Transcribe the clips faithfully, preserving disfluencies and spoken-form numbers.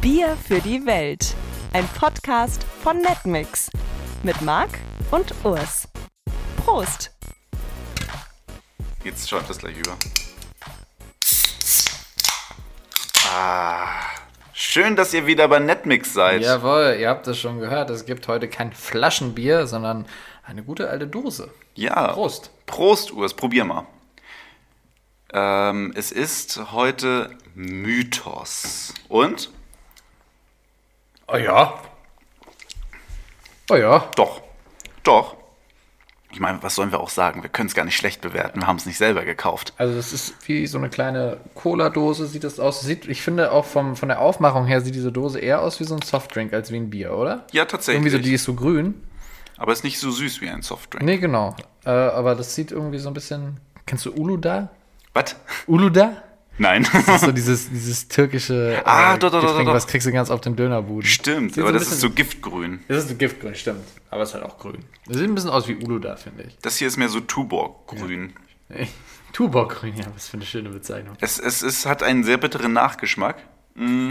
Bier für die Welt. Ein Podcast von Netmix. Mit Marc und Urs. Prost! Jetzt schäumt das gleich über. Ah, schön, dass ihr wieder bei Netmix seid. Jawohl, ihr habt es schon gehört. Es gibt heute kein Flaschenbier, sondern eine gute alte Dose. Ja. Prost. Prost, Urs. Probier mal. Ähm, es ist heute Mythos. Und? Oh ja. Oh ja. Doch. Doch. Ich meine, was sollen wir auch sagen? Wir können es gar nicht schlecht bewerten. Wir haben es nicht selber gekauft. Also das ist wie so eine kleine Cola-Dose, sieht das aus. Sieht, ich finde auch vom, von der Aufmachung her sieht diese Dose eher aus wie so ein Softdrink als wie ein Bier, oder? Ja, tatsächlich. Irgendwie so, die ist so grün. Aber ist nicht so süß wie ein Softdrink. Nee, genau. Äh, aber das sieht irgendwie so ein bisschen... Kennst du Uluda? Was? Uluda? Nein. Das ist so dieses, dieses türkische äh, Ah, doch, doch, doch, Getränk, doch. was kriegst du ganz auf den Dönerbuden. Stimmt, Sieht aber so ein das ist bisschen- so giftgrün. Das ist ein Giftgrün, stimmt. Aber es ist halt auch grün. Das sieht ein bisschen aus wie Uluda, finde ich. Das hier ist mehr so Tuborg-grün. Tuborg-grün, ja, was für eine schöne Bezeichnung. Es, es, es hat einen sehr bitteren Nachgeschmack. Mm.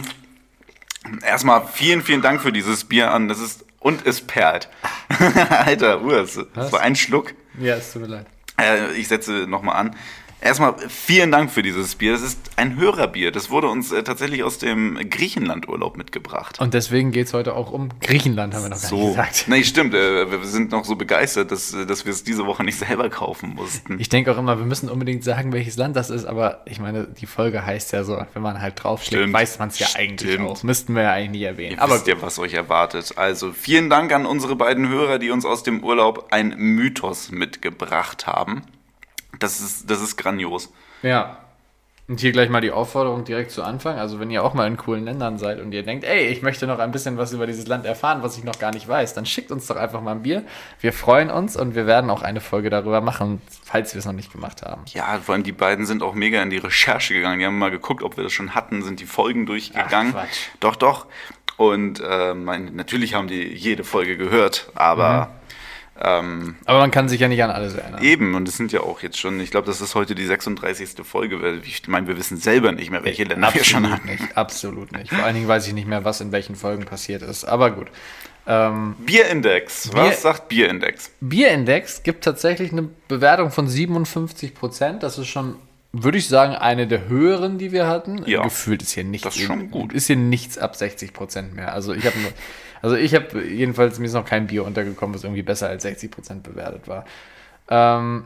Erstmal vielen, vielen Dank für dieses Bier an. Das ist und es perlt. Alter, Urs, das Was? war ein Schluck. Ja, es tut mir leid. Äh, ich setze nochmal an. Erstmal vielen Dank für dieses Bier. Das ist ein Hörerbier. Das wurde uns äh, tatsächlich aus dem Griechenland-Urlaub mitgebracht. Und deswegen geht es heute auch um Griechenland, haben wir noch gar nicht So, gesagt. nee, stimmt. Äh, wir sind noch so begeistert, dass, dass wir es diese Woche nicht selber kaufen mussten. Ich denke auch immer, wir müssen unbedingt sagen, welches Land das ist, aber ich meine, die Folge heißt ja so, wenn man halt draufschlägt, Stimmt. weiß man es ja eigentlich Stimmt. auch. Müssten wir ja eigentlich nie erwähnen. Ihr Aber wisst ja, was euch erwartet. Also vielen Dank an unsere beiden Hörer, die uns aus dem Urlaub ein Mythos mitgebracht haben. Das ist, das ist grandios. ja. Und hier gleich mal die Aufforderung direkt zu Anfang. Also wenn ihr auch mal in coolen Ländern seid und ihr denkt, ey, ich möchte noch ein bisschen was über dieses Land erfahren, was ich noch gar nicht weiß, dann schickt uns doch einfach mal ein Bier. Wir freuen uns und wir werden auch eine Folge darüber machen, falls wir es noch nicht gemacht haben. Ja, vor allem die beiden sind auch mega in die Recherche gegangen. Die haben mal geguckt, ob wir das schon hatten, sind die Folgen durchgegangen. Ach, Quatsch. Doch, doch. Und äh, mein, natürlich haben die jede Folge gehört, aber ähm, Aber man kann sich ja nicht an alles erinnern. eben, und es sind ja auch jetzt schon, ich glaube, das ist heute die sechsunddreißigste Folge, weil ich meine, wir wissen selber nicht mehr, welche Länder wir schon Absolut hatten. nicht, absolut nicht. Vor allen Dingen weiß ich nicht mehr, was in welchen Folgen passiert ist. Aber gut. Ähm, Bierindex. Bier- Was sagt Bierindex? Bierindex gibt tatsächlich eine Bewertung von siebenundfünfzig Prozent. Das ist schon, würde ich sagen, eine der höheren, die wir hatten. Ja. Gefühlt ist hier nichts. Das ist schon gut. Ist hier nichts ab sechzig Prozent mehr. Also ich habe nur, also ich habe jedenfalls, mir ist noch kein Bier untergekommen, was irgendwie besser als sechzig Prozent bewertet war. Ähm,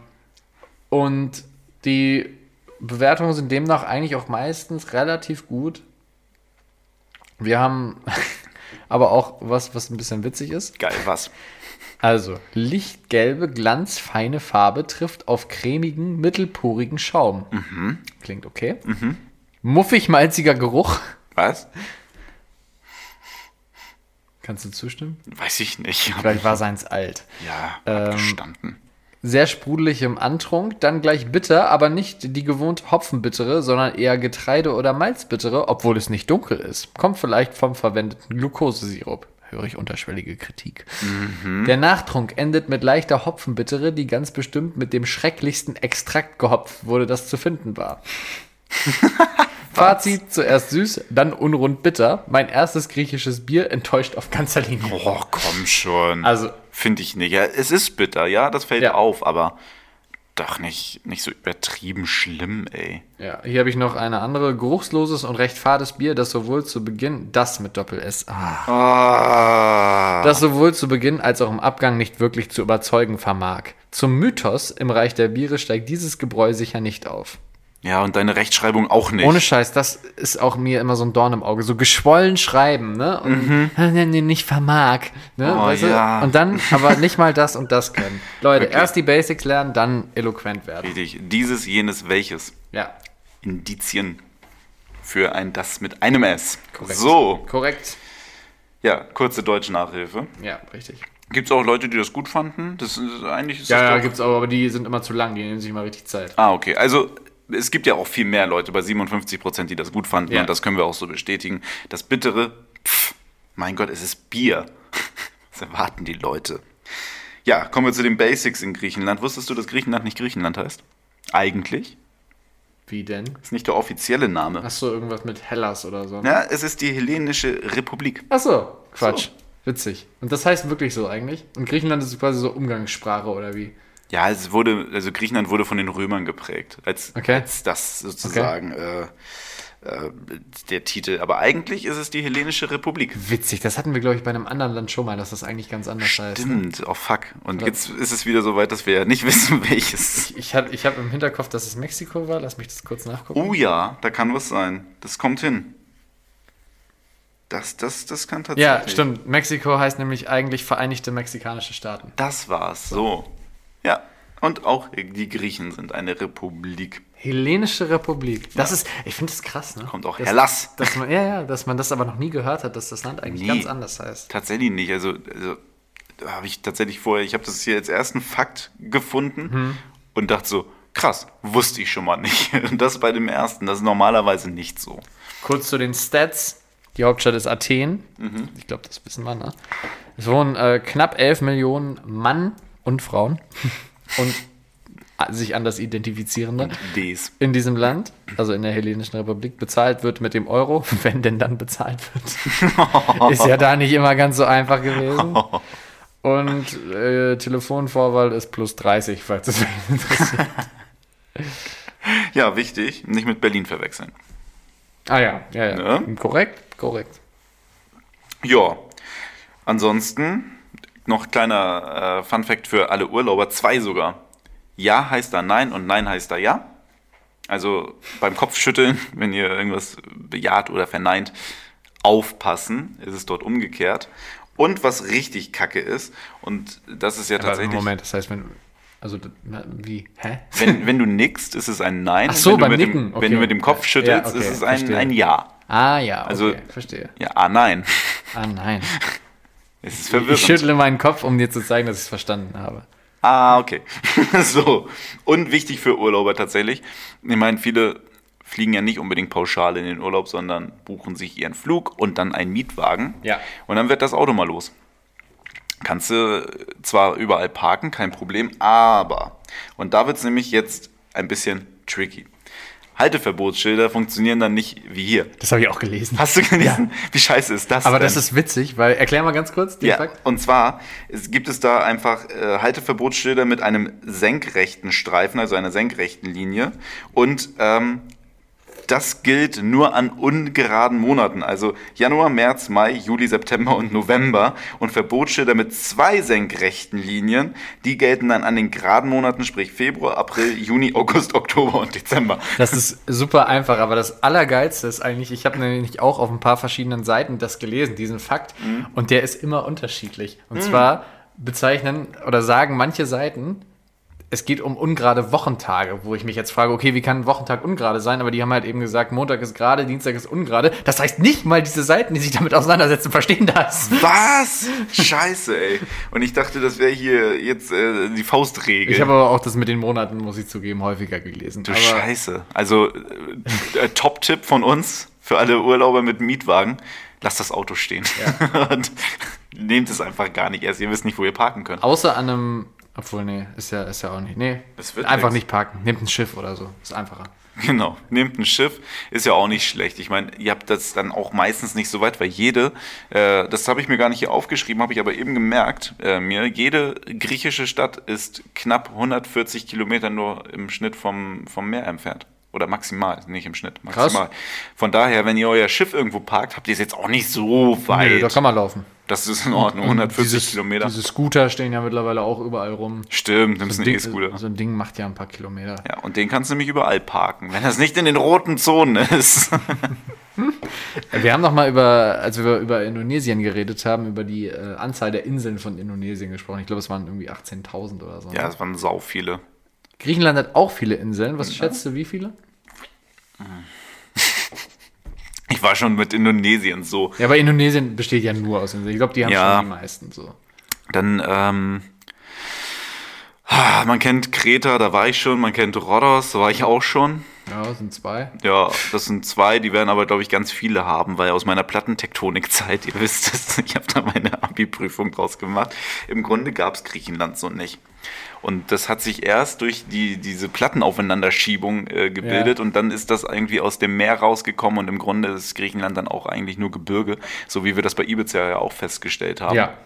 und die Bewertungen sind demnach eigentlich auch meistens relativ gut. Wir haben aber auch was, was ein bisschen witzig ist. Geil, was? Also, lichtgelbe, glanzfeine Farbe trifft auf cremigen, mittelporigen Schaum. Klingt okay. Muffig-malziger Geruch. Was? Kannst du zustimmen? Weiß ich nicht. Vielleicht war seins alt. Ja, Ähm, abgestanden. Sehr sprudelig im Antrunk, dann gleich bitter, aber nicht die gewohnte Hopfenbittere, sondern eher Getreide- oder Malzbittere, obwohl es nicht dunkel ist. Kommt vielleicht vom verwendeten Glukosesirup. Höre ich unterschwellige Kritik. Der Nachtrunk endet mit leichter Hopfenbittere, die ganz bestimmt mit dem schrecklichsten Extrakt gehopft wurde, das zu finden war. Fazit, zuerst süß, dann unrund bitter. Mein erstes griechisches Bier enttäuscht auf ganzer Linie. Oh, komm schon. Also, Finde ich nicht. Ja, es ist bitter, ja, das fällt Ja. auf, aber doch nicht, nicht so übertrieben schlimm, ey. ja, hier habe ich noch eine andere, geruchsloses und recht fades Bier, das sowohl zu Beginn, das mit Doppel-S, ah, Ah. das sowohl zu Beginn als auch im Abgang nicht wirklich zu überzeugen vermag. Zum Mythos im Reich der Biere steigt dieses Gebräu sicher nicht auf. Ja, und deine Rechtschreibung auch nicht. Ohne Scheiß, das ist auch mir immer so ein Dorn im Auge. So geschwollen schreiben, ne? Und nee, nicht vermag. Ne? Oh, weißt du? ja. Und dann aber nicht mal das und das können. Leute, Wirklich. erst die Basics lernen, dann eloquent werden. Richtig. Dieses, jenes, welches. Ja, Indizien für ein das mit einem S. korrekt. So, Korrekt. ja, kurze Deutsch-Nachhilfe. Ja, richtig. Gibt es auch Leute, die das gut fanden? Das ist, eigentlich ist Ja, das ja, doch- gibt's auch, aber die sind immer zu lang, die nehmen sich mal richtig Zeit. Ah, okay. Also es gibt ja auch viel mehr Leute, bei siebenundfünfzig Prozent, die das gut fanden. Ja. Und das können wir auch so bestätigen. Das Bittere, pff, mein Gott, es ist Bier. Das erwarten die Leute. Ja, kommen wir zu den Basics in Griechenland. Wusstest du, dass Griechenland nicht Griechenland heißt? Eigentlich? Wie denn? Ist nicht der offizielle Name. Achso, irgendwas mit Hellas oder so. Ja, es ist die Hellenische Republik. Achso, Quatsch. So. Witzig. Und das heißt wirklich so eigentlich? Und Griechenland ist quasi so Umgangssprache oder wie? Ja, es wurde, also Griechenland wurde von den Römern geprägt, als, Okay. als das sozusagen äh, äh, der Titel. Aber eigentlich ist es die Hellenische Republik. Witzig, das hatten wir, glaube ich, bei einem anderen Land schon mal, dass das eigentlich ganz anders heißt. Stimmt, oh fuck. Und jetzt ist es wieder so weit, dass wir ja nicht wissen, welches. Ich, ich habe ich hab im Hinterkopf, dass es Mexiko war. Lass mich das kurz nachgucken. Oh ja, da kann was sein. Das kommt hin. Das, das, das kann tatsächlich. Ja, stimmt. Mexiko heißt nämlich eigentlich Vereinigte Mexikanische Staaten. Das war's, so. Ja, und auch die Griechen sind eine Republik. Hellenische Republik. Das ist, ich finde das krass, ne? Kommt auch dass, Hellas. Dass man, ja, ja, dass man das aber noch nie gehört hat, dass das Land eigentlich Nee. ganz anders heißt. Tatsächlich nicht. Also, also da habe ich tatsächlich vorher, ich habe das hier als ersten Fakt gefunden Hm. und dachte so, krass, wusste ich schon mal nicht. Und das bei dem ersten, das ist normalerweise nicht so. Kurz zu den Stats. Die Hauptstadt ist Athen. Mhm. Ich glaube, das wissen wir, ne? Es wohnen äh, knapp elf Millionen Mann und Frauen und sich anders identifizierende Ds. in diesem Land, also in der Hellenischen Republik. Bezahlt wird mit dem Euro, wenn denn dann bezahlt wird. Ist ja da nicht immer ganz so einfach gewesen. Und äh, Telefonvorwahl ist plus dreißig, falls es euch interessiert. Ja, wichtig, nicht mit Berlin verwechseln. Ah ja, ja, ja. Ne? Korrekt, korrekt. Ja, ansonsten noch kleiner äh, Funfact für alle Urlauber, zwei sogar. Ja heißt da Nein und Nein heißt da Ja. Also beim Kopfschütteln, wenn ihr irgendwas bejaht oder verneint, aufpassen, ist es dort umgekehrt. Und was richtig kacke ist, und das ist ja Aber tatsächlich... Moment, das heißt, wenn... Also, na, wie? Hä? Wenn, wenn du nickst, ist es ein Nein. Ach so, wenn du beim mit Nicken. Dem, Okay. Wenn du mit dem Kopf Ja, schüttelst, okay, ist es ein, verstehe. ein Ja. Ah ja, okay, Also- verstehe. Ja, ah, nein. Ah nein. Es ist Ich verwirrend. schüttle meinen Kopf, um dir zu zeigen, dass ich es verstanden habe. Ah, okay. So. Und wichtig für Urlauber tatsächlich. Ich meine, viele fliegen ja nicht unbedingt pauschal in den Urlaub, sondern buchen sich ihren Flug und dann einen Mietwagen. Ja. Und dann wird das Auto mal los. Kannst du zwar überall parken, kein Problem, aber, und da wird es nämlich jetzt ein bisschen tricky. Halteverbotsschilder funktionieren dann nicht wie hier. Das habe ich auch gelesen. Hast du gelesen? Wie scheiße ist das Aber denn? das ist witzig, weil, erklär mal ganz kurz den Ja, Fakt. und zwar es gibt es da einfach äh, Halteverbotsschilder mit einem senkrechten Streifen, also einer senkrechten Linie. Und ähm, das gilt nur an ungeraden Monaten, also Januar, März, Mai, Juli, September und November. Und Verbotsschilder mit zwei senkrechten Linien, die gelten dann an den geraden Monaten, sprich Februar, April, Juni, August, Oktober und Dezember. Das ist super einfach, aber das Allergeilste ist eigentlich, ich habe nämlich auch auf ein paar verschiedenen Seiten das gelesen, diesen Fakt, und der ist immer unterschiedlich. Und zwar bezeichnen oder sagen manche Seiten, es geht um ungerade Wochentage, wo ich mich jetzt frage, okay, wie kann ein Wochentag ungerade sein? Aber die haben halt eben gesagt, Montag ist gerade, Dienstag ist ungerade. Das heißt, nicht mal diese Seiten, die sich damit auseinandersetzen, verstehen das. Was? Scheiße, ey. Und ich dachte, das wäre hier jetzt äh, die Faustregel. Ich habe aber auch das mit den Monaten, muss ich zugeben, häufiger gelesen. Du aber Scheiße. Also, äh, äh, Top-Tipp von uns für alle Urlauber mit Mietwagen: Lasst das Auto stehen. Ja. Und nehmt es einfach gar nicht erst. Ihr wisst nicht, wo ihr parken könnt. Außer an einem, obwohl, nee, ist ja, ist ja auch nicht. Nee, Das wird einfach nix. nicht parken. Nehmt ein Schiff oder so. Ist einfacher. Genau. Nehmt ein Schiff. Ist ja auch nicht schlecht. Ich meine, ihr habt das dann auch meistens nicht so weit, weil jede, äh, das habe ich mir gar nicht hier aufgeschrieben, habe ich aber eben gemerkt, äh, mir, jede griechische Stadt ist knapp hundertvierzig Kilometer nur im Schnitt vom, vom Meer entfernt. Oder maximal, nicht im Schnitt, maximal. Krass. Von daher, wenn ihr euer Schiff irgendwo parkt, habt ihr es jetzt auch nicht so weit. Nee, da kann man laufen. Das ist in Ordnung, hundertvierzig Dieses- Kilometer. Diese Scooter stehen ja mittlerweile auch überall rum. Stimmt, nimmst So einen ein, E-Scooter. Ding, so ein Ding macht ja ein paar Kilometer. Ja, und den kannst du nämlich überall parken, wenn das nicht in den roten Zonen ist. Wir haben noch mal über, als wir über Indonesien geredet haben, über die äh, Anzahl der Inseln von Indonesien gesprochen. Ich glaube, es waren irgendwie achtzehntausend oder so. Ja, es waren sau viele. Griechenland hat auch viele Inseln. Was schätzt du, wie viele? Ich war schon mit Indonesien so. Ja, aber Indonesien besteht ja nur aus Inseln. Ich glaube, die haben Ja. schon die meisten so. Dann, ähm, ah, man kennt Kreta, da war ich schon, man kennt Rhodos, da war ich auch schon. Ja, sind zwei. Ja, das sind zwei, die werden aber, glaube ich, ganz viele haben, weil aus meiner Plattentektonikzeit, ihr wisst es, ich habe da meine Abi-Prüfung draus gemacht, im Grunde gab es Griechenland so nicht. Und das hat sich erst durch die, diese Plattenaufeinanderschiebung äh, gebildet Ja. und dann ist das irgendwie aus dem Meer rausgekommen und im Grunde ist Griechenland dann auch eigentlich nur Gebirge, so wie wir das bei Ibiza ja auch festgestellt haben. Ja.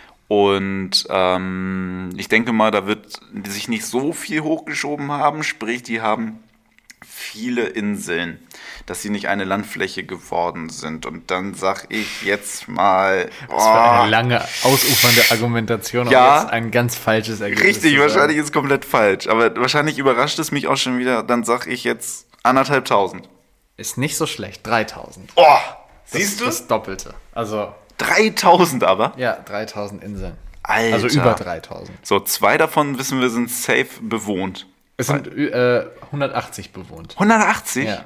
Und ähm, ich denke mal, da wird sich nicht so viel hochgeschoben haben, sprich, die haben viele Inseln, dass sie nicht eine Landfläche geworden sind. Und dann sag ich jetzt mal... Das war oh, eine lange, ausufernde Argumentation, um Ja. jetzt ein ganz falsches Ergebnis richtig, zu sagen. wahrscheinlich ist komplett falsch. Aber wahrscheinlich überrascht es mich auch schon wieder. Dann sag ich jetzt anderthalbtausend. Ist nicht so schlecht. dreitausend. Oh, Das siehst ist du? das Doppelte. Also, dreitausend aber? ja, dreitausend Inseln. Alter. Also über dreitausend. So, zwei davon, wissen wir, sind safe bewohnt. Es sind äh, hundertachtzig bewohnt. hundertachtzig? Ja.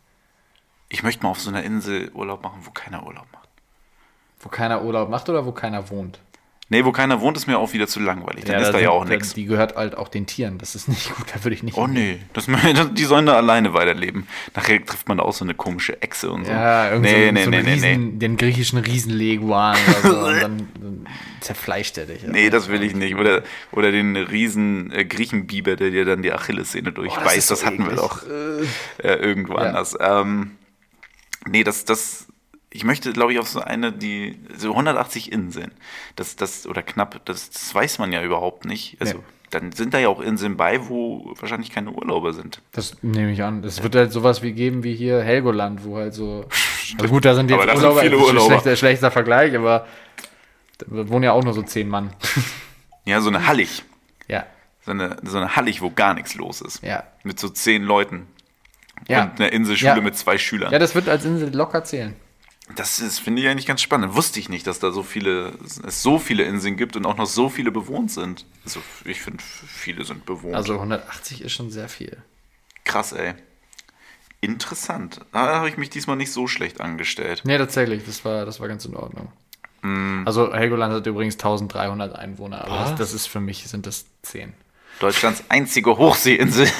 Ich möchte mal auf so einer Insel Urlaub machen, wo keiner Urlaub macht. Wo keiner Urlaub macht oder wo keiner wohnt. Nee, wo keiner wohnt, ist mir auch wieder zu langweilig. Dann ist da sind- ja auch nichts. Die gehört halt auch den Tieren. Das ist nicht gut, da würde ich nicht Oh hingehen. nee, das, die sollen da alleine weiterleben. Nachher trifft man da auch so eine komische Echse und so. Ja, irgendwie nee, so, nee, so nee, einen nee, Riesen, nee. den griechischen Riesenleguan oder so. Und dann, dann zerfleischt er dich. Nee, das will ich nicht. Oder, oder den riesen äh, Griechenbiber, der dir dann die Achillessehne durchbeißt. ist das so hatten wir eklig. doch äh, irgendwo Ja. anders. Ähm, nee, das, das, ich möchte, glaube ich, auf so eine, die, so hundertachtzig Inseln. Das, das, oder knapp, das, das weiß man ja überhaupt nicht. Also, Nee. dann sind da ja auch Inseln bei, wo wahrscheinlich keine Urlauber sind. Das nehme ich an. Es wird halt sowas wie geben wie hier Helgoland, wo halt so. Also gut, da sind jetzt Aber da sind Urlauber, viele das ist ein Urlauber. Schlechter, schlechter Vergleich, aber da wohnen ja auch nur so zehn Mann. Ja, so eine Hallig. Ja, So eine, so eine Hallig, wo gar nichts los ist. ja. Mit so zehn Leuten. Ja. Und einer Inselschule Ja. mit zwei Schülern. Ja, das wird als Insel locker zählen. Das ist, finde ich eigentlich ganz spannend. Wusste ich nicht, dass da so viele, es so viele Inseln gibt und auch noch so viele bewohnt sind. Also ich finde, viele sind bewohnt. Also hundertachtzig ist schon sehr viel. krass, ey. Interessant. Da habe ich mich diesmal nicht so schlecht angestellt. Nee, tatsächlich, das war, das war ganz in Ordnung. Also Helgoland hat übrigens eintausenddreihundert Einwohner, aber das, Was? das ist für mich, sind das zehn. Deutschlands einzige Hochseeinsel.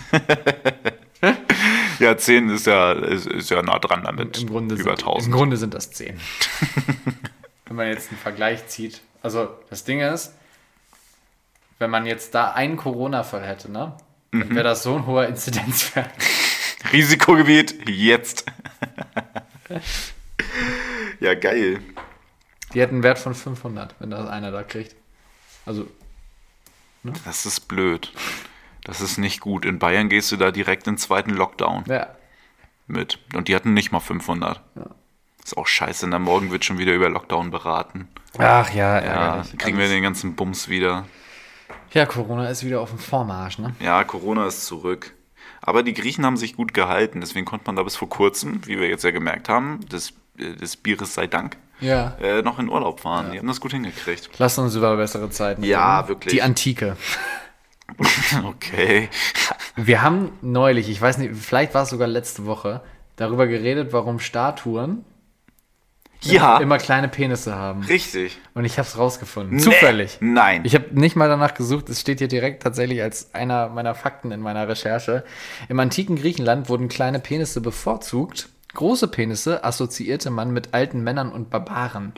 Ja, zehn ist ja, ist, ist ja nah dran damit. Im Grunde, Über sind, tausend. Im Grunde sind das zehn. Wenn man jetzt einen Vergleich zieht. Also das Ding ist, wenn man jetzt da einen Corona-Fall hätte, ne, dann wäre das so ein hoher Inzidenzwert. Risikogebiet, jetzt. Ja, geil. Die hätten einen Wert von fünfhundert, wenn das einer da kriegt. Also, Das ist blöd. Das ist nicht gut. In Bayern gehst du da direkt in den zweiten Lockdown ja. mit. Und die hatten nicht mal fünfhundert. Ja. Ist auch scheiße, denn morgen wird schon wieder über Lockdown beraten. Ach ja, Ja, ärgerlich. kriegen wir Alles- den ganzen Bums wieder. Ja, Corona ist wieder auf dem Vormarsch, ne? Ja, Corona ist zurück. Aber die Griechen haben sich gut gehalten. Deswegen konnte man da bis vor kurzem, wie wir jetzt ja gemerkt haben, des, äh, des Bieres sei Dank, Ja. äh, noch in Urlaub fahren. Die haben das gut hingekriegt. Lass uns über bessere Zeiten Ja, reden. wirklich. Die Antike. Okay. Wir haben neulich, ich weiß nicht, vielleicht war es sogar letzte Woche, darüber geredet, warum Statuen Ja, immer kleine Penisse haben. richtig. Und ich habe es rausgefunden. Nee. Zufällig. Nein. Ich habe nicht mal danach gesucht, es steht hier direkt tatsächlich als einer meiner Fakten in meiner Recherche. Im antiken Griechenland wurden kleine Penisse bevorzugt. Große Penisse assoziierte man mit alten Männern und Barbaren.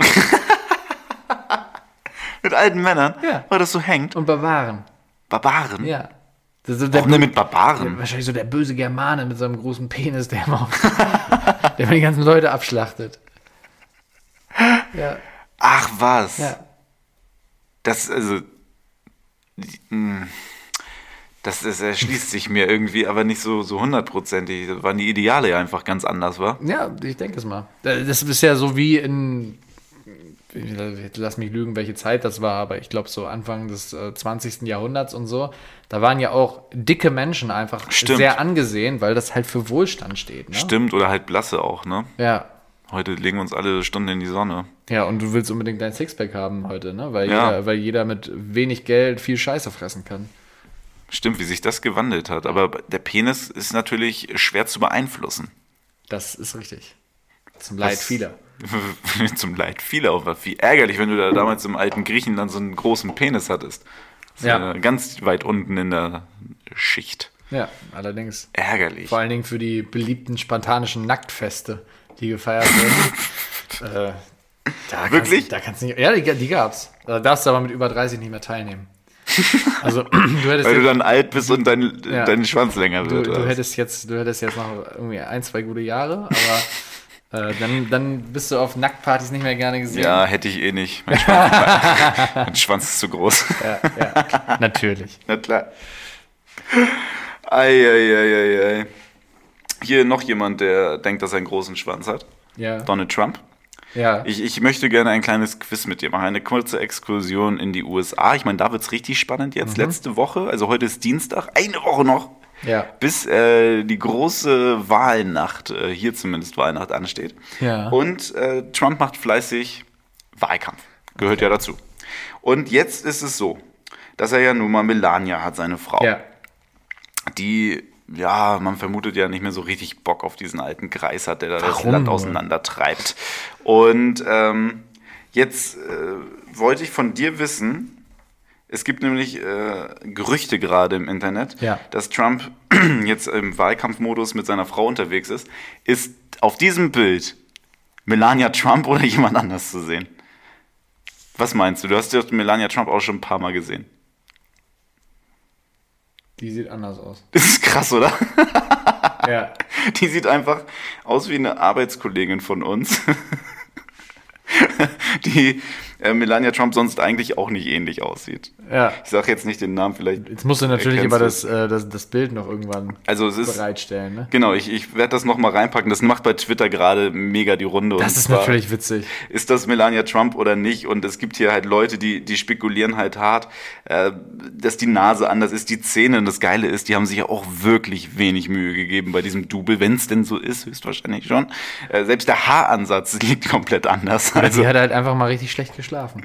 Mit alten Männern? Ja. Weil das so hängt. Und Barbaren, Barbaren? ja. Das ist so der Warum denn bö- mit Barbaren? Wahrscheinlich so der böse Germane mit seinem großen Penis, der immer der immer die ganzen Leute abschlachtet. Ja, Ach was. ja. Das, also. mh, Das, das erschließt sich mir irgendwie, aber nicht so so hundertprozentig. Da waren die Ideale ja einfach ganz anders, wa? Ja, ich denke es mal. Das ist ja so wie in, lass mich lügen, welche Zeit das war, aber ich glaube so Anfang des äh, zwanzigsten Jahrhunderts und so, da waren ja auch dicke Menschen einfach Stimmt. sehr angesehen, weil das halt für Wohlstand steht. Ne? Stimmt, oder halt blasse auch, ne? Ja. Heute legen wir uns alle Stunden in die Sonne. Ja, und du willst unbedingt dein Sixpack haben heute, ne? Weil, Ja. jeder, weil jeder mit wenig Geld viel Scheiße fressen kann. Stimmt, wie sich das gewandelt hat. Aber der Penis ist natürlich schwer zu beeinflussen. Das ist richtig. Zum Leid Das- vieler. Zum Leid vieler. Auch wie ärgerlich, wenn du da damals im alten Griechenland so einen großen Penis hattest. So Ja. Ganz weit unten in der Schicht. Ja, allerdings. Ärgerlich. Vor allen Dingen für die beliebten spontanischen Nacktfeste, die gefeiert werden. äh, da Wirklich? Kannst, da kannst du nicht. Ja, die, die gab's. Da darfst du aber mit über dreißig nicht mehr teilnehmen. Also, du hättest Weil du jetzt, dann alt bist und dein, Ja. dein Schwanz länger du, wird. du, oder was? hättest jetzt, du hättest jetzt noch irgendwie ein, zwei gute Jahre, aber äh, dann, dann bist du auf Nacktpartys nicht mehr gerne gesehen. Ja, hätte ich eh nicht. Mein Schwanz, mein Schwanz ist zu groß. ja, ja natürlich. Na klar. Eieieiei. Hier noch jemand, der denkt, dass er einen großen Schwanz hat. Ja. Donald Trump. Ja. Ich, ich möchte gerne ein kleines Quiz mit dir machen. Eine kurze Exkursion in die U S A. Ich meine, da wird es richtig spannend jetzt. Mhm. Letzte Woche, also heute ist Dienstag, eine Woche noch, Ja. bis äh, die große Wahlnacht, äh, hier zumindest Wahlnacht, ansteht. Ja. Und äh, Trump macht fleißig Wahlkampf. Gehört Okay. ja dazu. Und jetzt ist es so, dass er ja nun mal Melania hat, seine Frau. Ja. Die, ja, man vermutet ja nicht mehr so richtig Bock auf diesen alten Kreis hat, der da das Warum Land nur? auseinandertreibt. Und ähm, jetzt äh, wollte ich von dir wissen, es gibt nämlich äh, Gerüchte gerade im Internet, Ja. dass Trump jetzt im Wahlkampfmodus mit seiner Frau unterwegs ist. Ist auf diesem Bild Melania Trump oder jemand anders zu sehen? Was meinst du? Du hast ja Melania Trump auch schon ein paar Mal gesehen. Die sieht anders aus. Das ist krass, oder? Ja. Die sieht einfach aus wie eine Arbeitskollegin von uns, die äh, Melania Trump sonst eigentlich auch nicht ähnlich aussieht. Ja. Ich sage jetzt nicht den Namen, vielleicht. Jetzt musst du natürlich erkennst aber du's. das, äh, das, das Bild noch irgendwann Also es ist, bereitstellen, ne? genau, ich, ich werde das nochmal reinpacken. Das macht bei Twitter gerade mega die Runde. Das Und ist zwar, natürlich witzig. ist das Melania Trump oder nicht? Und es gibt hier halt Leute, die, die spekulieren halt hart, äh, dass die Nase anders ist, die Zähne. Und das Geile ist, die haben sich ja auch wirklich wenig Mühe gegeben bei diesem Double, wenn es denn so ist, höchstwahrscheinlich schon. Äh, selbst der Haaransatz liegt komplett anders. Oder Also, sie hat halt einfach mal richtig schlecht geschlafen.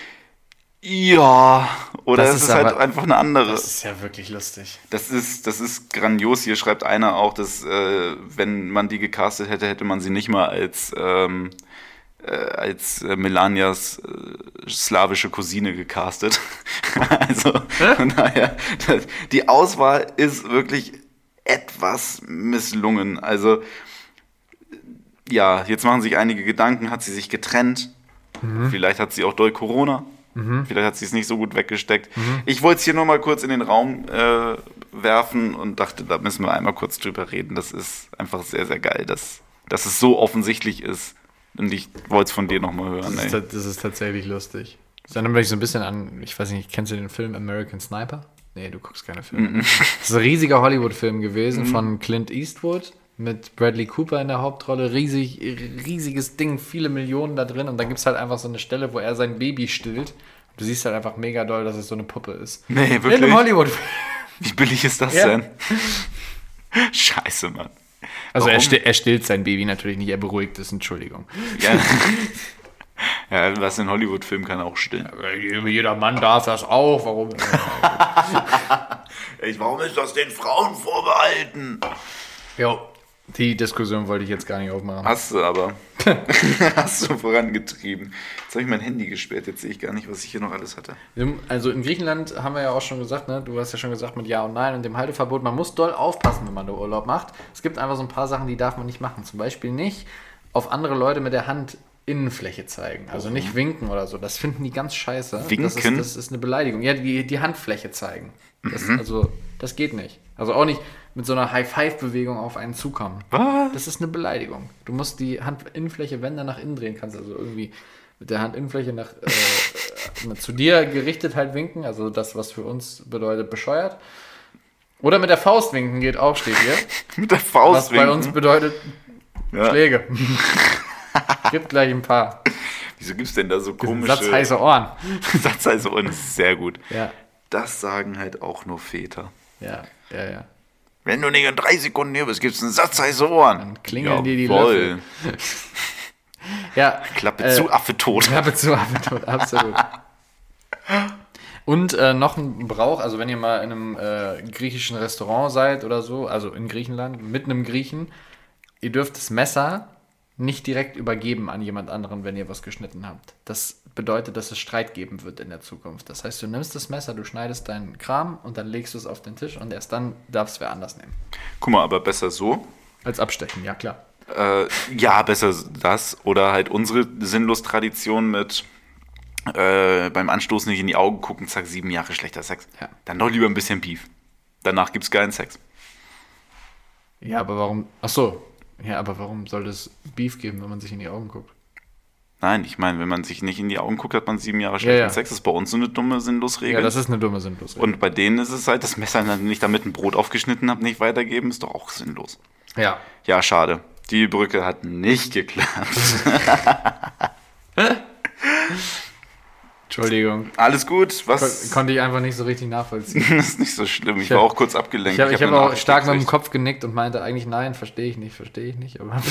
ja, oder Das es ist ist halt aber- einfach eine andere. Das ist ja wirklich lustig. Das ist, das ist grandios. Hier schreibt einer auch, dass äh, wenn man die gecastet hätte, hätte man sie nicht mal als, ähm, äh, als äh, Melanias äh, slawische Cousine gecastet. Also von daher, das, die Auswahl ist wirklich etwas misslungen. Also ja, jetzt machen sich einige Gedanken, hat sie sich getrennt? Vielleicht hat sie auch doll Corona. Vielleicht hat sie es nicht so gut weggesteckt. Ich wollte es hier nur mal kurz in den Raum äh, werfen und dachte, da müssen wir einmal kurz drüber reden. Das ist einfach sehr, sehr geil, dass, dass es so offensichtlich ist. Und ich wollte es von dir nochmal hören. Das ist, Ey. ta- das ist tatsächlich lustig. Das erinnert mich so ein bisschen an, ich weiß nicht, kennst du den Film American Sniper? Nee, du guckst keine Filme. Das ist ein riesiger Hollywood-Film gewesen von Clint Eastwood mit Bradley Cooper in der Hauptrolle. Riesig, riesiges Ding, viele Millionen da drin. Und dann gibt es halt einfach so eine Stelle, wo er sein Baby stillt. Du siehst halt einfach mega doll, dass es so eine Puppe ist. Nee, In wirklich? einem Hollywood-Film. Wie billig ist das Ja. denn? Scheiße, Mann. Also er, Warum? still, er stillt sein Baby natürlich nicht, er beruhigt es, Entschuldigung. Ja, ja was in Hollywood-Filmen kann auch stillen. Jeder Mann darf das auch, warum? Ey, warum ist das den Frauen vorbehalten? Jo, die Diskussion wollte ich jetzt gar nicht aufmachen. Hast du aber. Hast du vorangetrieben. Jetzt habe ich mein Handy gesperrt, jetzt sehe ich gar nicht, was ich hier noch alles hatte. Also in Griechenland haben wir ja auch schon gesagt, ne? Du hast ja schon gesagt mit Ja und Nein und dem Halteverbot, man muss doll aufpassen, wenn man da Urlaub macht. Es gibt einfach so ein paar Sachen, die darf man nicht machen. Zum Beispiel nicht auf andere Leute mit der Hand Innenfläche zeigen. Also nicht winken oder so. Das finden die ganz scheiße. Winken? Das ist, das ist eine Beleidigung. Ja, die, die Handfläche zeigen. Das, Also das geht nicht. Also auch nicht mit so einer High-Five-Bewegung auf einen zukommen. Was? Das ist eine Beleidigung. Du musst die Handinnenfläche, wenn dann nach innen drehen kannst, also irgendwie mit der Handinnenfläche nach äh, zu dir gerichtet halt winken, also das, was für uns bedeutet bescheuert. Oder mit der Faust winken geht auch, steht hier. Mit der Was Faust bei uns bedeutet Ja. Schläge. Gibt gleich ein paar. Wieso gibt es denn da so komische... Satz heiße Ohren. Satz heiße Ohren, das ist sehr gut. Ja, Das sagen halt auch nur Väter. ja, ja, ja. Wenn du nicht in drei Sekunden hier bist, gibt es einen Satz heiße Ohren. Dann klingeln dir die Löffel. Ja, Klappe äh, zu, Affe tot. Klappe zu, absolut. absolut. Und äh, noch ein Brauch, also wenn ihr mal in einem äh, griechischen Restaurant seid oder so, also in Griechenland, mit einem Griechen, ihr dürft das Messer nicht direkt übergeben an jemand anderen, wenn ihr was geschnitten habt. Das bedeutet, dass es Streit geben wird in der Zukunft. Das heißt, du nimmst das Messer, du schneidest deinen Kram und dann legst du es auf den Tisch und erst dann darf es wer anders nehmen. Guck mal, aber besser so. Als Abstechen, ja klar. Äh, ja, besser das. Oder halt unsere Sinnlos-Tradition mit äh, beim Anstoßen nicht in die Augen gucken, zack, sieben Jahre schlechter Sex. Ja. Dann doch lieber ein bisschen Beef. Danach gibt's geilen Sex. Ja, aber warum, ach so, ja, aber warum soll es Beef geben, wenn man sich in die Augen guckt? Nein, ich meine, wenn man sich nicht in die Augen guckt, hat man sieben Jahre schlechten Ja, ja. Sex. Das ist bei uns so eine dumme Sinnlosregel. Ja, das ist eine dumme Sinnlosregel. Und bei denen ist es halt, das Messer, wenn ich damit ein Brot aufgeschnitten habe, nicht weitergeben, ist doch auch sinnlos. Ja. Ja, schade. Die Brücke hat nicht geklappt. Entschuldigung. Alles gut, Kon was? konnte ich einfach nicht so richtig nachvollziehen. Das ist nicht so schlimm. Ich, Ich war hab- auch kurz abgelenkt. Ich habe ich hab hab eine auch Nachricht stark mit dem gekriegt. Kopf genickt und meinte eigentlich, nein, verstehe ich nicht, verstehe ich nicht. Aber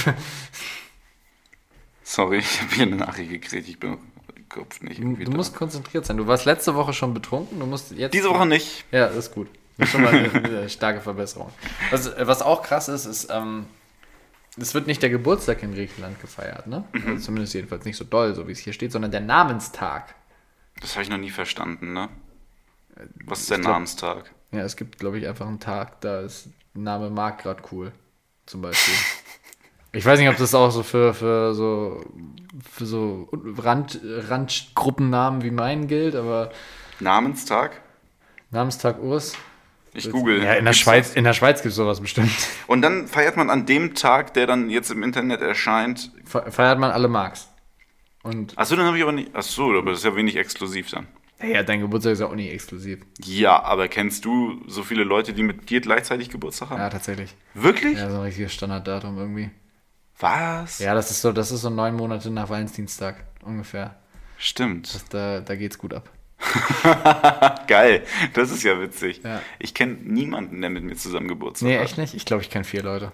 Sorry, ich habe hier eine Nachricht gekriegt. Ich bin im Kopf nicht irgendwie du da. musst konzentriert sein. Du warst letzte Woche schon betrunken, du musst jetzt... Diese Woche nicht. Ja, das ist gut. Das ist schon mal eine, eine starke Verbesserung. Was, was auch krass ist, ist, ähm, es wird nicht der Geburtstag in Griechenland gefeiert, ne? Mhm. Also zumindest jedenfalls nicht so doll, so wie es hier steht, sondern der Namenstag. Das habe ich noch nie verstanden, ne? Was ist der Ich glaub- Namenstag? Ja, es gibt, glaube ich, einfach einen Tag, da ist Name Marc gerade cool, zum Beispiel. Ich weiß nicht, ob das auch so für, für so, für so Rand, Randgruppennamen wie meinen gilt, aber Namenstag? Namenstag Urs. Ich google. Ja, in der Gibt's Schweiz, in der Schweiz gibt es sowas bestimmt. das? Und dann feiert man an dem Tag, der dann jetzt im Internet erscheint. Fe- Feiert man alle Marks. Und Achso, dann habe ich aber nicht. Achso, aber das ist ja wenig exklusiv dann. ja, dein Geburtstag ist ja auch nicht exklusiv. Ja, aber kennst du so viele Leute, die mit dir gleichzeitig Geburtstag haben? Ja, tatsächlich. Wirklich? Ja, so ein richtiges Standarddatum irgendwie. Was? Ja, das ist so, das ist so neun Monate nach Valentinstag ungefähr. Stimmt. Das, da, da geht's gut ab. Geil. Das ist ja witzig. Ja. Ich kenne niemanden, der mit mir zusammen Geburtstag Nee, hat. echt nicht? Ich glaube, ich kenne vier Leute.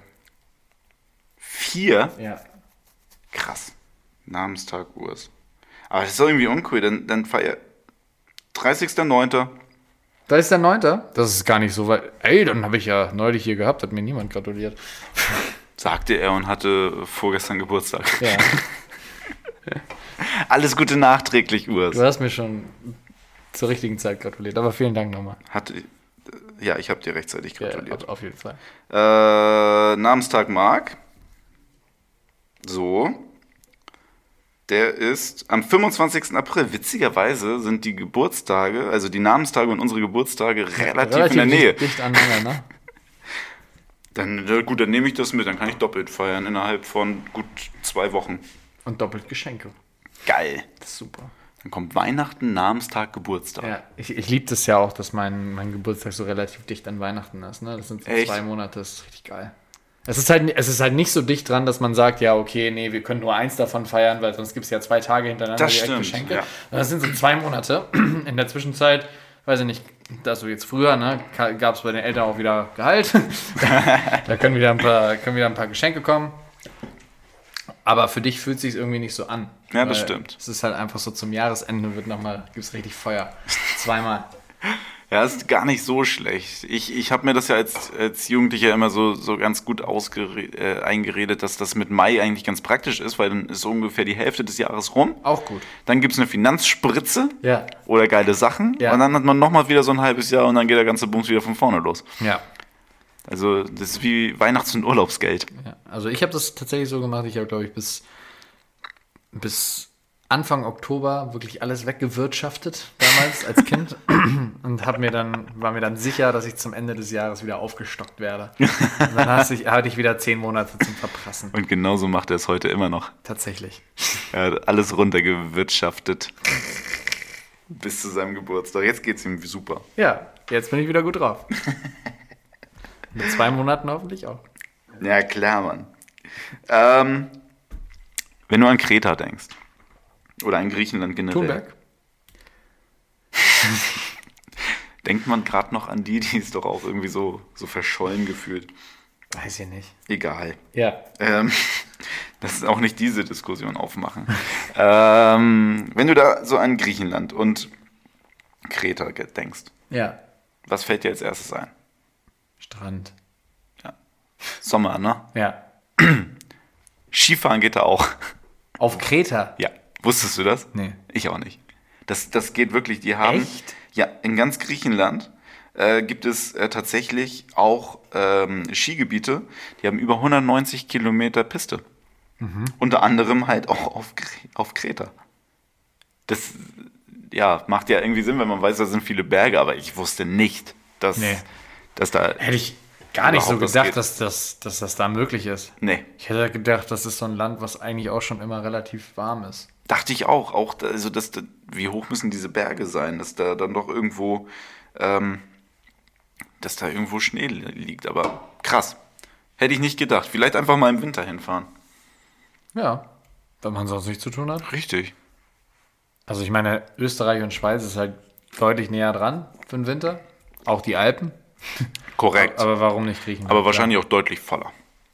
Vier? Ja. Krass. Namenstag Urs. Aber das ist doch irgendwie uncool. Dann, dann feier. dreißigster neunter Da ist der neunte. Das ist gar nicht so weit. Ey, dann habe ich ja neulich hier gehabt, hat mir niemand gratuliert. sagte er und hatte vorgestern Geburtstag. Ja. Alles Gute nachträglich, Urs. Du hast mir schon zur richtigen Zeit gratuliert, aber vielen Dank nochmal. Hat, ja, ich habe dir rechtzeitig Ja, gratuliert. auf, auf jeden Fall. Äh, Namenstag Marc. So. Der ist am fünfundzwanzigsten April. Witzigerweise sind die Geburtstage, also die Namenstage und unsere Geburtstage relativ, in der Nähe. Dicht, dicht aneinander, ne? Dann, ja, gut, dann nehme ich das mit. Dann kann ich doppelt feiern innerhalb von gut zwei Wochen. Und doppelt Geschenke. Geil. Das ist super. Dann kommt Weihnachten, Namenstag, Geburtstag. Ja, ich, ich liebe das ja auch, dass mein, mein Geburtstag so relativ dicht an Weihnachten ist. Ne? Das sind so Echt? zwei Monate, das ist richtig geil. Es ist, halt, es ist halt nicht so dicht dran, dass man sagt, ja, okay, nee, wir können nur eins davon feiern, weil sonst gibt es ja zwei Tage hintereinander Das direkt stimmt, Geschenke. ja. Und das sind so zwei Monate. In der Zwischenzeit, weiß ich nicht, also jetzt früher, ne, gab es bei den Eltern auch wieder Gehalt. Da können wieder, ein paar, können wieder ein paar Geschenke kommen. Aber für dich fühlt es sich irgendwie nicht so an. Ja, das Weil stimmt. Es ist halt einfach so, zum Jahresende wird nochmal, gibt es richtig Feuer. Zweimal. Ja, ist gar nicht so schlecht. Ich, ich habe mir das ja als, als Jugendlicher immer so, so ganz gut ausgere- äh, eingeredet, dass das mit Mai eigentlich ganz praktisch ist, weil dann ist ungefähr die Hälfte des Jahres rum. Auch gut. Dann gibt es eine Finanzspritze Ja. oder geile Sachen. Ja. Und dann hat man nochmal wieder so ein halbes Jahr und dann geht der ganze Bums wieder von vorne los. Ja. Also das ist wie Weihnachts- und Urlaubsgeld. Ja, also ich habe das tatsächlich so gemacht, ich habe, glaube ich, bis, bis Anfang Oktober wirklich alles weggewirtschaftet, damals als Kind. Und hab mir dann, war mir dann sicher, dass ich zum Ende des Jahres wieder aufgestockt werde. Und dann hatte ich, hatte ich wieder zehn Monate zum Verprassen. Und genauso macht er es heute immer noch. Tatsächlich. Er hat alles runtergewirtschaftet. Bis zu seinem Geburtstag. Jetzt geht's ihm super. Ja, jetzt bin ich wieder gut drauf. Mit zwei Monaten hoffentlich auch. Ja, klar, Mann. Ähm, wenn du an Kreta denkst. Oder an Griechenland generell. Thunberg. Denkt man gerade noch an die, die ist doch auch irgendwie so, so verschollen gefühlt. Weiß ich nicht. Egal. Ja. Ähm, das ist auch nicht diese Diskussion aufmachen. ähm, wenn du da so an Griechenland und Kreta denkst, Ja. was fällt dir als erstes ein? Strand. Sommer, ne? Ja. Skifahren geht da auch. Auf Kreta? Ja. Wusstest du das? Nee. Ich auch nicht. Das, das geht wirklich. Die haben. Echt? Ja, in ganz Griechenland äh, gibt es äh, tatsächlich auch ähm, Skigebiete, die haben über hundertneunzig Kilometer Piste. Mhm. Unter anderem halt auch auf, auf Kreta. Das ja, macht ja irgendwie Sinn, wenn man weiß, da sind viele Berge, aber ich wusste nicht, dass, Nee. dass da. Hätte ich gar nicht so überhaupt was gedacht, geht. dass das, dass das da möglich ist. Nee. Ich hätte gedacht, das ist so ein Land, was eigentlich auch schon immer relativ warm ist. Dachte ich auch. Auch da- also dass, da- wie hoch müssen diese Berge sein, dass da dann doch irgendwo, ähm, dass da irgendwo Schnee li- liegt. Aber krass. Hätte ich nicht gedacht. Vielleicht einfach mal im Winter hinfahren. Ja, wenn man sonst nichts zu tun hat. Richtig. Also ich meine, Österreich und Schweiz ist halt deutlich näher dran für den Winter. Auch die Alpen. Korrekt. Aber, Aber warum nicht Griechenland? aber wahrscheinlich auch deutlich voller.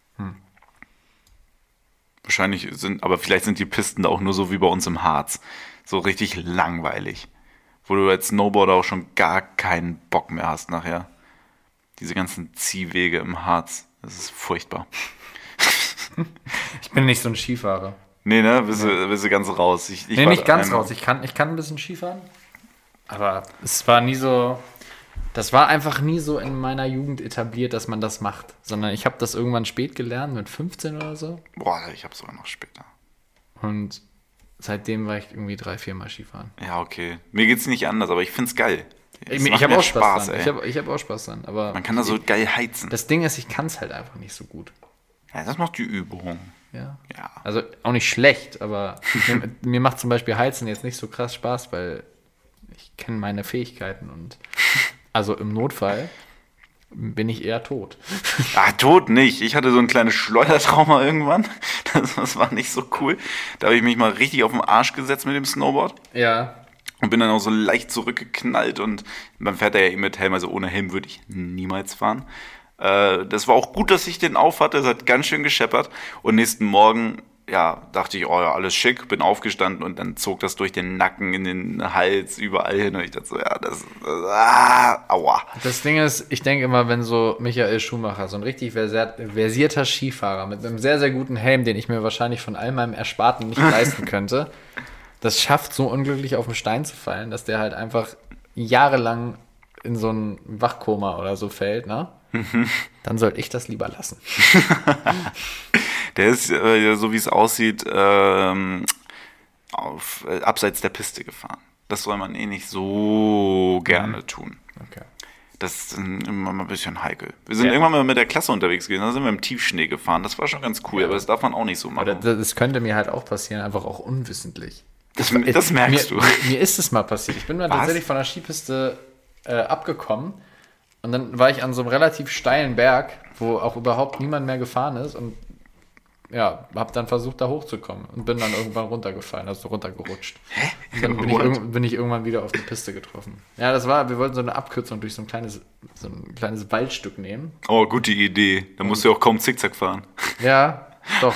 Wahrscheinlich sind, aber vielleicht sind die Pisten da auch nur so wie bei uns im Harz. So richtig langweilig. Wo du als Snowboarder auch schon gar keinen Bock mehr hast nachher. Diese ganzen Ziehwege im Harz. Das ist furchtbar. Ich bin nicht so ein Skifahrer. Nee, ne? Bist, du, bist du ganz raus. Ich, ich Nee, war nicht ganz einmal- raus. Ich kann, ich kann ein bisschen Skifahren. Aber es war nie so. Das war einfach nie so in meiner Jugend etabliert, dass man das macht. Sondern ich habe das irgendwann spät gelernt, mit fünfzehn oder so. Boah, ich hab sogar noch später. Und seitdem war ich irgendwie drei, vier Mal Skifahren. Ja, okay. Mir geht's nicht anders, aber ich find's geil. Es Ich, ich macht habe mir auch Spaß dran. ey. Ich habe ich hab auch Spaß dran. Aber Man kann da so geil heizen. das Ding ist, ich kann es halt einfach nicht so gut. Ja, das macht die Übung. Ja. Ja. Also auch nicht schlecht, aber mir, mir macht zum Beispiel Heizen jetzt nicht so krass Spaß, weil ich kenne meine Fähigkeiten und also im Notfall bin ich eher tot. Ah, tot nicht. Ich hatte so ein kleines Schleudertrauma irgendwann. Das, das war nicht so cool. Da habe ich mich mal richtig auf den Arsch gesetzt mit dem Snowboard. Ja. Und bin dann auch so leicht zurückgeknallt. Und man fährt ja eh mit Helm. Also ohne Helm würde ich niemals fahren. Äh, das war auch gut, dass ich den auf hatte. Es hat ganz schön gescheppert. Und nächsten Morgen, ja, dachte ich, oh ja, alles schick. Bin aufgestanden und dann zog das durch den Nacken, in den Hals, überall hin. Und ich dachte so, ja, das, das ah, aua. Das Ding ist, ich denke immer, wenn so Michael Schumacher, so ein richtig versiert, versierter Skifahrer mit einem sehr, sehr guten Helm, den ich mir wahrscheinlich von all meinem Ersparten nicht leisten könnte, das schafft, so unglücklich auf den Stein zu fallen, dass der halt einfach jahrelang in so ein Wachkoma oder so fällt, ne? Dann sollte ich das lieber lassen. Der ist, äh, so wie es aussieht, ähm, auf, äh, abseits der Piste gefahren. Das soll man eh nicht so gerne tun. Okay. Das ist ähm, immer mal ein bisschen heikel. Wir sind Ja. irgendwann mal mit der Klasse unterwegs gewesen, da sind wir im Tiefschnee gefahren. Das war schon ganz cool, aber das darf man auch nicht so machen. Aber das könnte mir halt auch passieren, einfach auch unwissentlich. Das, das merkst mir, du. Mir, mir ist es mal passiert. Ich bin mal Was? tatsächlich von der Skipiste äh, abgekommen und dann war ich an so einem relativ steilen Berg, wo auch überhaupt niemand mehr gefahren ist und ja, habe dann versucht, da hochzukommen und bin dann irgendwann runtergefallen, also runtergerutscht. Hä? Und dann bin ich, What? irg- bin ich irgendwann wieder auf die Piste getroffen. Ja, das war, wir wollten so eine Abkürzung durch so ein kleines, so ein kleines Waldstück nehmen. Oh, gute Idee. Da musst du ja auch kaum Zickzack fahren. Ja, doch.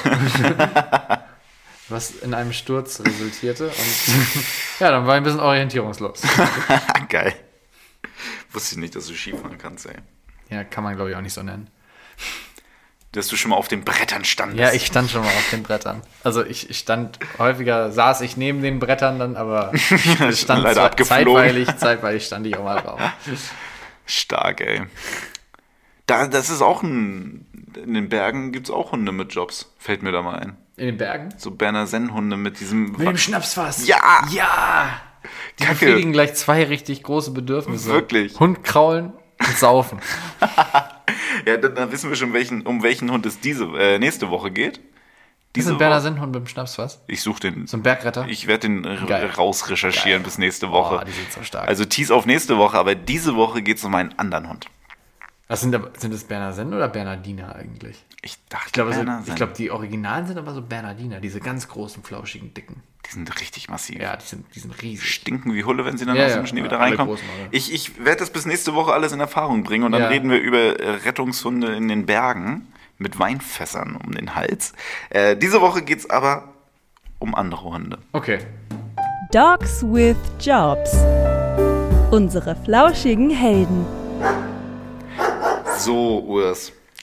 Was in einem Sturz resultierte. Und ja, dann war ich ein bisschen orientierungslos. Geil. Wusste ich nicht, dass du Skifahren kannst, ey. Ja, kann man glaube ich auch nicht so nennen. Dass du schon mal auf den Brettern standest. Ja, ich stand schon mal auf den Brettern. Also ich, ich stand häufiger, saß ich neben den Brettern dann, aber ich stand Leider zwei- abgeflogen. zeitweilig, zeitweilig stand ich auch mal drauf. Stark, ey. Da, das ist auch ein... In den Bergen gibt es auch Hunde mit Jobs. Fällt mir da mal ein. In den Bergen? So Berner Sennhunde mit diesem... Mit dem Schnapsfass. Ja! Ja! Die Kacke. befriedigen gleich zwei richtig große Bedürfnisse. Wirklich? Hund kraulen und saufen. Ja, dann, dann wissen wir schon, welchen, um welchen Hund es diese äh, nächste Woche geht. Das Diese ist ein Berner Woche- Sennhund mit dem Schnapsfass. Ich suche den. So ein Bergretter. Ich werde den äh, Geil. rausrecherchieren bis nächste Woche. Oh, die sind so stark. Also tease auf nächste Woche, aber diese Woche geht es um einen anderen Hund. Was sind, aber- sind das Bernardiner oder Bernardiner eigentlich? Ich dachte, Ich glaube, so, Berner ich Senn. glaube, die Originalen sind aber so Bernardiner, diese ganz großen, flauschigen, dicken. Die sind richtig massiv. Ja, die sind, die sind riesig. Stinken wie Hulle, wenn sie dann Ja, aus ja, dem Schnee ja, wieder alle reinkommen. großen, oder? Ich, ich werde das bis nächste Woche alles in Erfahrung bringen und dann Ja. reden wir über äh, Rettungshunde in den Bergen mit Weinfässern um den Hals. Äh, diese Woche geht es aber um andere Hunde. Okay. Dogs with Jobs. Unsere flauschigen Helden. So, Urs.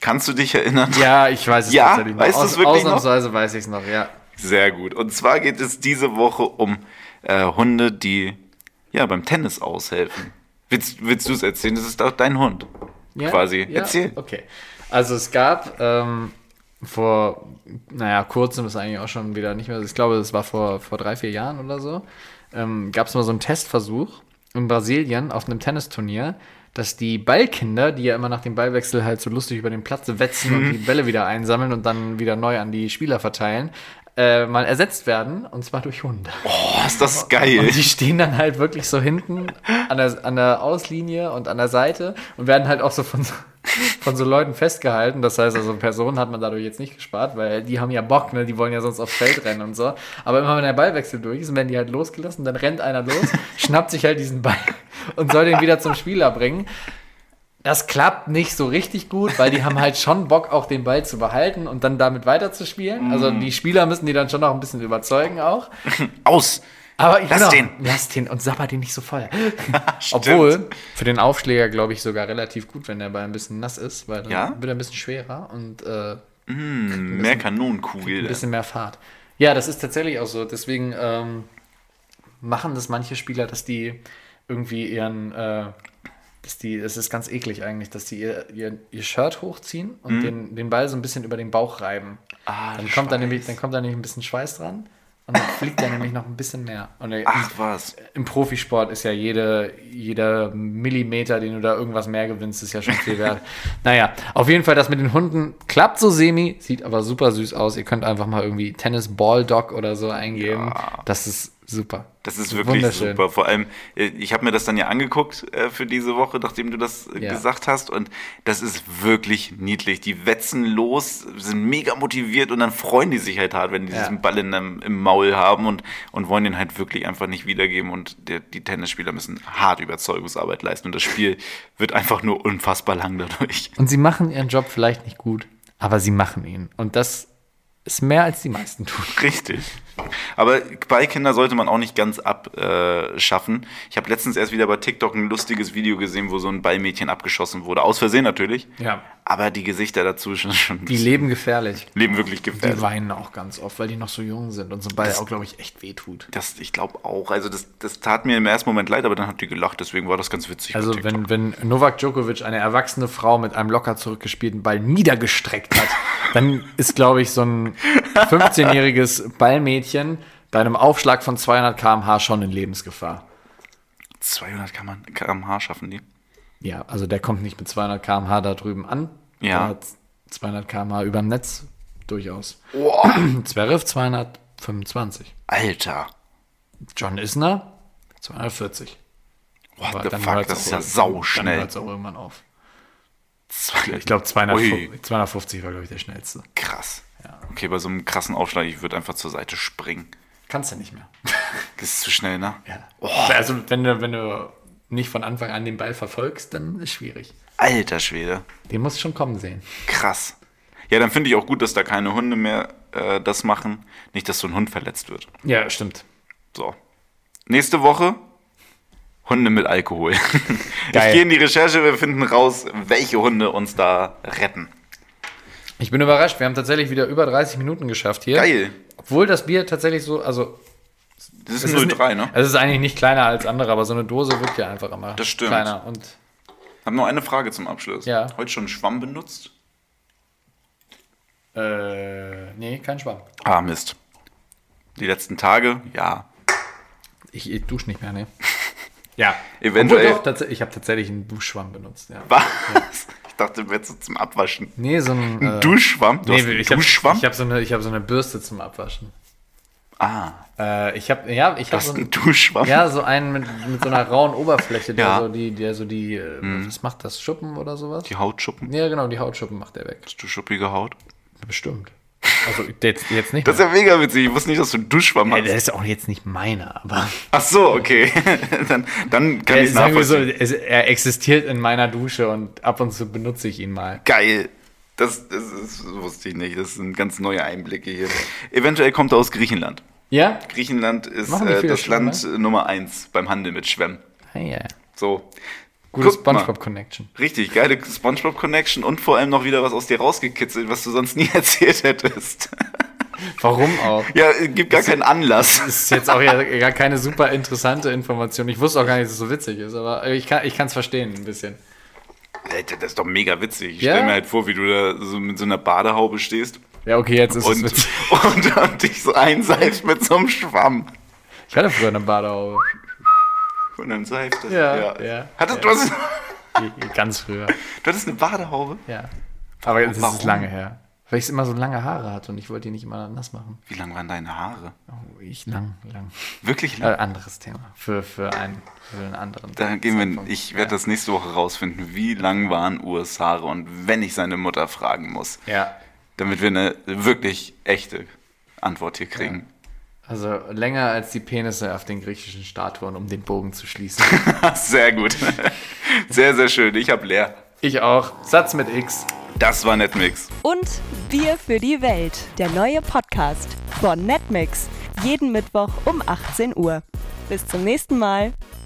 Kannst du dich erinnern? Ja, ich weiß es Ja? tatsächlich noch. Weißt du es Aus, wirklich noch? Ausnahmsweise weiß ich es noch, ja. Sehr gut. Und zwar geht es diese Woche um äh, Hunde, die ja beim Tennis aushelfen. Willst, willst du es erzählen? Das ist doch dein Hund. Ja? Quasi. Ja? Erzähl. Okay. Also es gab ähm, vor, naja, kurzem ist eigentlich auch schon wieder nicht mehr, ich glaube, das war vor, vor drei, vier Jahren oder so, ähm, gab es mal so einen Testversuch in Brasilien auf einem Tennisturnier, dass die Ballkinder, die ja immer nach dem Ballwechsel halt so lustig über den Platz wetzen und die Bälle wieder einsammeln und dann wieder neu an die Spieler verteilen, äh, mal ersetzt werden, und zwar durch Hunde. Oh, ist das geil. Und die stehen dann halt wirklich so hinten an der, an der Auslinie und an der Seite und werden halt auch so von, so von so Leuten festgehalten. Das heißt, also Personen hat man dadurch jetzt nicht gespart, weil die haben ja Bock, ne? Die wollen ja sonst aufs Feld rennen und so. Aber immer wenn der Ballwechsel durch ist, werden die halt losgelassen, dann rennt einer los, schnappt sich halt diesen Ball und soll den wieder zum Spieler bringen. Das klappt nicht so richtig gut, weil die haben halt schon Bock, auch den Ball zu behalten und dann damit weiterzuspielen. Also die Spieler müssen die dann schon noch ein bisschen überzeugen auch. Aus! Aber Lass genau, den. Lass den und sabber den nicht so voll. Stimmt. Obwohl, für den Aufschläger glaube ich sogar relativ gut, wenn der Ball ein bisschen nass ist, weil dann Ja? wird er ein bisschen schwerer und äh, Mm, mehr Kanonenkugel. ein bisschen mehr Fahrt. Ja, das ist tatsächlich auch so. Deswegen ähm, machen das manche Spieler, dass die irgendwie ihren, äh, dass die, es ist ganz eklig eigentlich, dass die ihr, ihr, ihr Shirt hochziehen und Mhm. den, den Ball so ein bisschen über den Bauch reiben. Ah, Dann der kommt, da Schweiß. nämlich, dann kommt da nämlich ein bisschen Schweiß dran und dann fliegt er nämlich noch ein bisschen mehr. Und der, Ach was. im Profisport ist ja jede, jeder Millimeter, den du da irgendwas mehr gewinnst, ist ja schon viel wert. Naja, auf jeden Fall, das mit den Hunden klappt so semi, sieht aber super süß aus. Ihr könnt einfach mal irgendwie Tennis Ball Dog oder so eingeben. Ja. Das ist super. Das ist wirklich Wunderschön. super. Vor allem, äh, ich habe mir das dann ja angeguckt äh, für diese Woche, nachdem du das äh, Ja. gesagt hast. Und das ist wirklich niedlich. Die wetzen los, sind mega motiviert und dann freuen die sich halt hart, wenn die Ja. diesen Ball in, dem- im Maul haben und, und wollen den halt wirklich einfach nicht wiedergeben. Und der, die Tennisspieler müssen hart Überzeugungsarbeit leisten. Und das Spiel wird einfach nur unfassbar lang dadurch. Und sie machen ihren Job vielleicht nicht gut, aber sie machen ihn. Und das ist mehr, als die meisten tun. Richtig. Aber Ballkinder sollte man auch nicht ganz abschaffen. Ich habe letztens erst wieder bei TikTok ein lustiges Video gesehen, wo so ein Ballmädchen abgeschossen wurde. Aus Versehen natürlich. Ja. Aber die Gesichter dazu schon, schon Die leben gefährlich. leben wirklich Die gefährlich. weinen auch ganz oft, weil die noch so jung sind und so ein Ball auch, glaube ich, echt wehtut. Das, ich glaube auch. Also das, das tat mir im ersten Moment leid, aber dann hat die gelacht. Deswegen war das ganz witzig. Also bei TikTok. wenn, wenn Novak Djokovic eine erwachsene Frau mit einem locker zurückgespielten Ball niedergestreckt hat, dann ist, glaube ich, so ein fünfzehnjähriges Ballmädchen bei einem Aufschlag von zweihundert Kilometer pro Stunde schon in Lebensgefahr. zweihundert Kilometer pro Stunde schaffen die. Ja, also der kommt nicht mit zweihundert Kilometer pro Stunde da drüben an. Ja. Der hat zweihundert Kilometer pro Stunde über dem Netz durchaus. Boah. Zverev zweihundertfünfundzwanzig. Alter. John Isner zweihundertvierzig. What Aber the dann fuck, hört's das auch ist ja irgendwann- sau Dann schnell. hört es auch irgendwann auf. Zwei- Ich glaube, Ui. zweihundertfünfzig war, glaube ich, der schnellste. Krass. Okay, bei so einem krassen Aufschlag, ich würde einfach zur Seite springen. Kannst du nicht mehr. Das ist zu schnell, ne? Ja. Also, wenn du, wenn du nicht von Anfang an den Ball verfolgst, dann ist schwierig. Alter Schwede. Den musst du schon kommen sehen. Krass. Ja, dann finde ich auch gut, dass da keine Hunde mehr äh, das machen. Nicht, dass so ein Hund verletzt wird. Ja, stimmt. So. Nächste Woche Hunde mit Alkohol. Geil. Ich gehe in die Recherche, wir finden raus, welche Hunde uns da retten. Ich bin überrascht, wir haben tatsächlich wieder über dreißig Minuten geschafft hier. Geil. Obwohl das Bier tatsächlich so, also Das ist es null ist, drei, ne? es ist eigentlich nicht kleiner als andere, aber so eine Dose wird ja einfach immer Das stimmt. kleiner. Und Ich habe noch eine Frage zum Abschluss. Ja. Heute schon Schwamm benutzt? äh, nee, kein Schwamm. Ah, Mist. Die letzten Tage? Ja. Ich, ich dusche nicht mehr, ne? Ja. Eventuell- Obwohl doch, tats- ich habe tatsächlich einen Duschschwamm benutzt, ja. Was? Ich dachte, du hättest zum Abwaschen. Nee, so ein, Ein äh, Duschschwamm? Du nee, hast einen ich habe Duschschwamm? ich hab so, eine- ich hab so eine Bürste zum Abwaschen. ah, Äh, ich habe ja, ich du habe hast so einen ein, Duschschwamm? ja, so einen mit, mit so einer rauen Oberfläche, der Ja. so die, der so die, äh, was macht das, Schuppen oder sowas? Die Hautschuppen? Ja, genau, die Hautschuppen macht der weg. Hast du schuppige Haut? Bestimmt. Also jetzt, jetzt nicht Das ist mehr. ja mega witzig. Ich wusste nicht, dass du einen Duschschwamm Ja, hast. der ist auch jetzt nicht meiner, aber Ach so, okay. dann, dann kann ja, ich es sagen wir so, nachvollziehen. es, er existiert in meiner Dusche und ab und zu benutze ich ihn mal. Geil. Das, das, das wusste ich nicht. Das sind ganz neue Einblicke hier. Eventuell kommt er aus Griechenland. Ja? Griechenland ist Machen die äh, viele das Schwämme? Land äh, Nummer eins beim Handel mit Schwämmen. Ah, ja. So. Gute Guck mal. SpongeBob-Connection. Richtig, geile SpongeBob-Connection und vor allem noch wieder was aus dir rausgekitzelt, was du sonst nie erzählt hättest. Warum auch? Ja, gibt gar keinen Anlass. Das ist jetzt auch ja gar keine super interessante Information. Ich wusste auch gar nicht, dass es so witzig ist, aber ich kann es ich verstehen ein bisschen. Alter, das ist doch mega witzig. Ich Ja? stell mir halt vor, wie du da so mit so einer Badehaube stehst Ja, okay, jetzt ist und, es witzig. und, und dich so einseifst mit so einem Schwamm. Ich hatte früher eine Badehaube. Und dann seift das. Ja, ja, Hattest, ja. Du, hast, Ganz früher, du hattest eine Badehaube? ja. Aber das Warum? ist lange her. Weil ich immer so lange Haare hatte und ich wollte die nicht immer nass machen. Wie lang waren deine Haare? Oh, ich lang, lang. Wirklich Äh, lang? anderes Thema. Für, für, einen, für einen anderen. Da gehen wir, Zeitpunkt. ich werde ja. das nächste Woche rausfinden, wie lang waren Urs Haare und wenn ich seine Mutter fragen muss, Ja. damit wir eine wirklich echte Antwort hier kriegen. Also länger als die Penisse auf den griechischen Statuen, um den Bogen zu schließen. Sehr gut. Sehr, sehr schön. Ich habe leer. Ich auch. Satz mit X. Das war Netmix. Und Bier für die Welt, der neue Podcast von Netmix. Jeden Mittwoch um achtzehn Uhr. Bis zum nächsten Mal.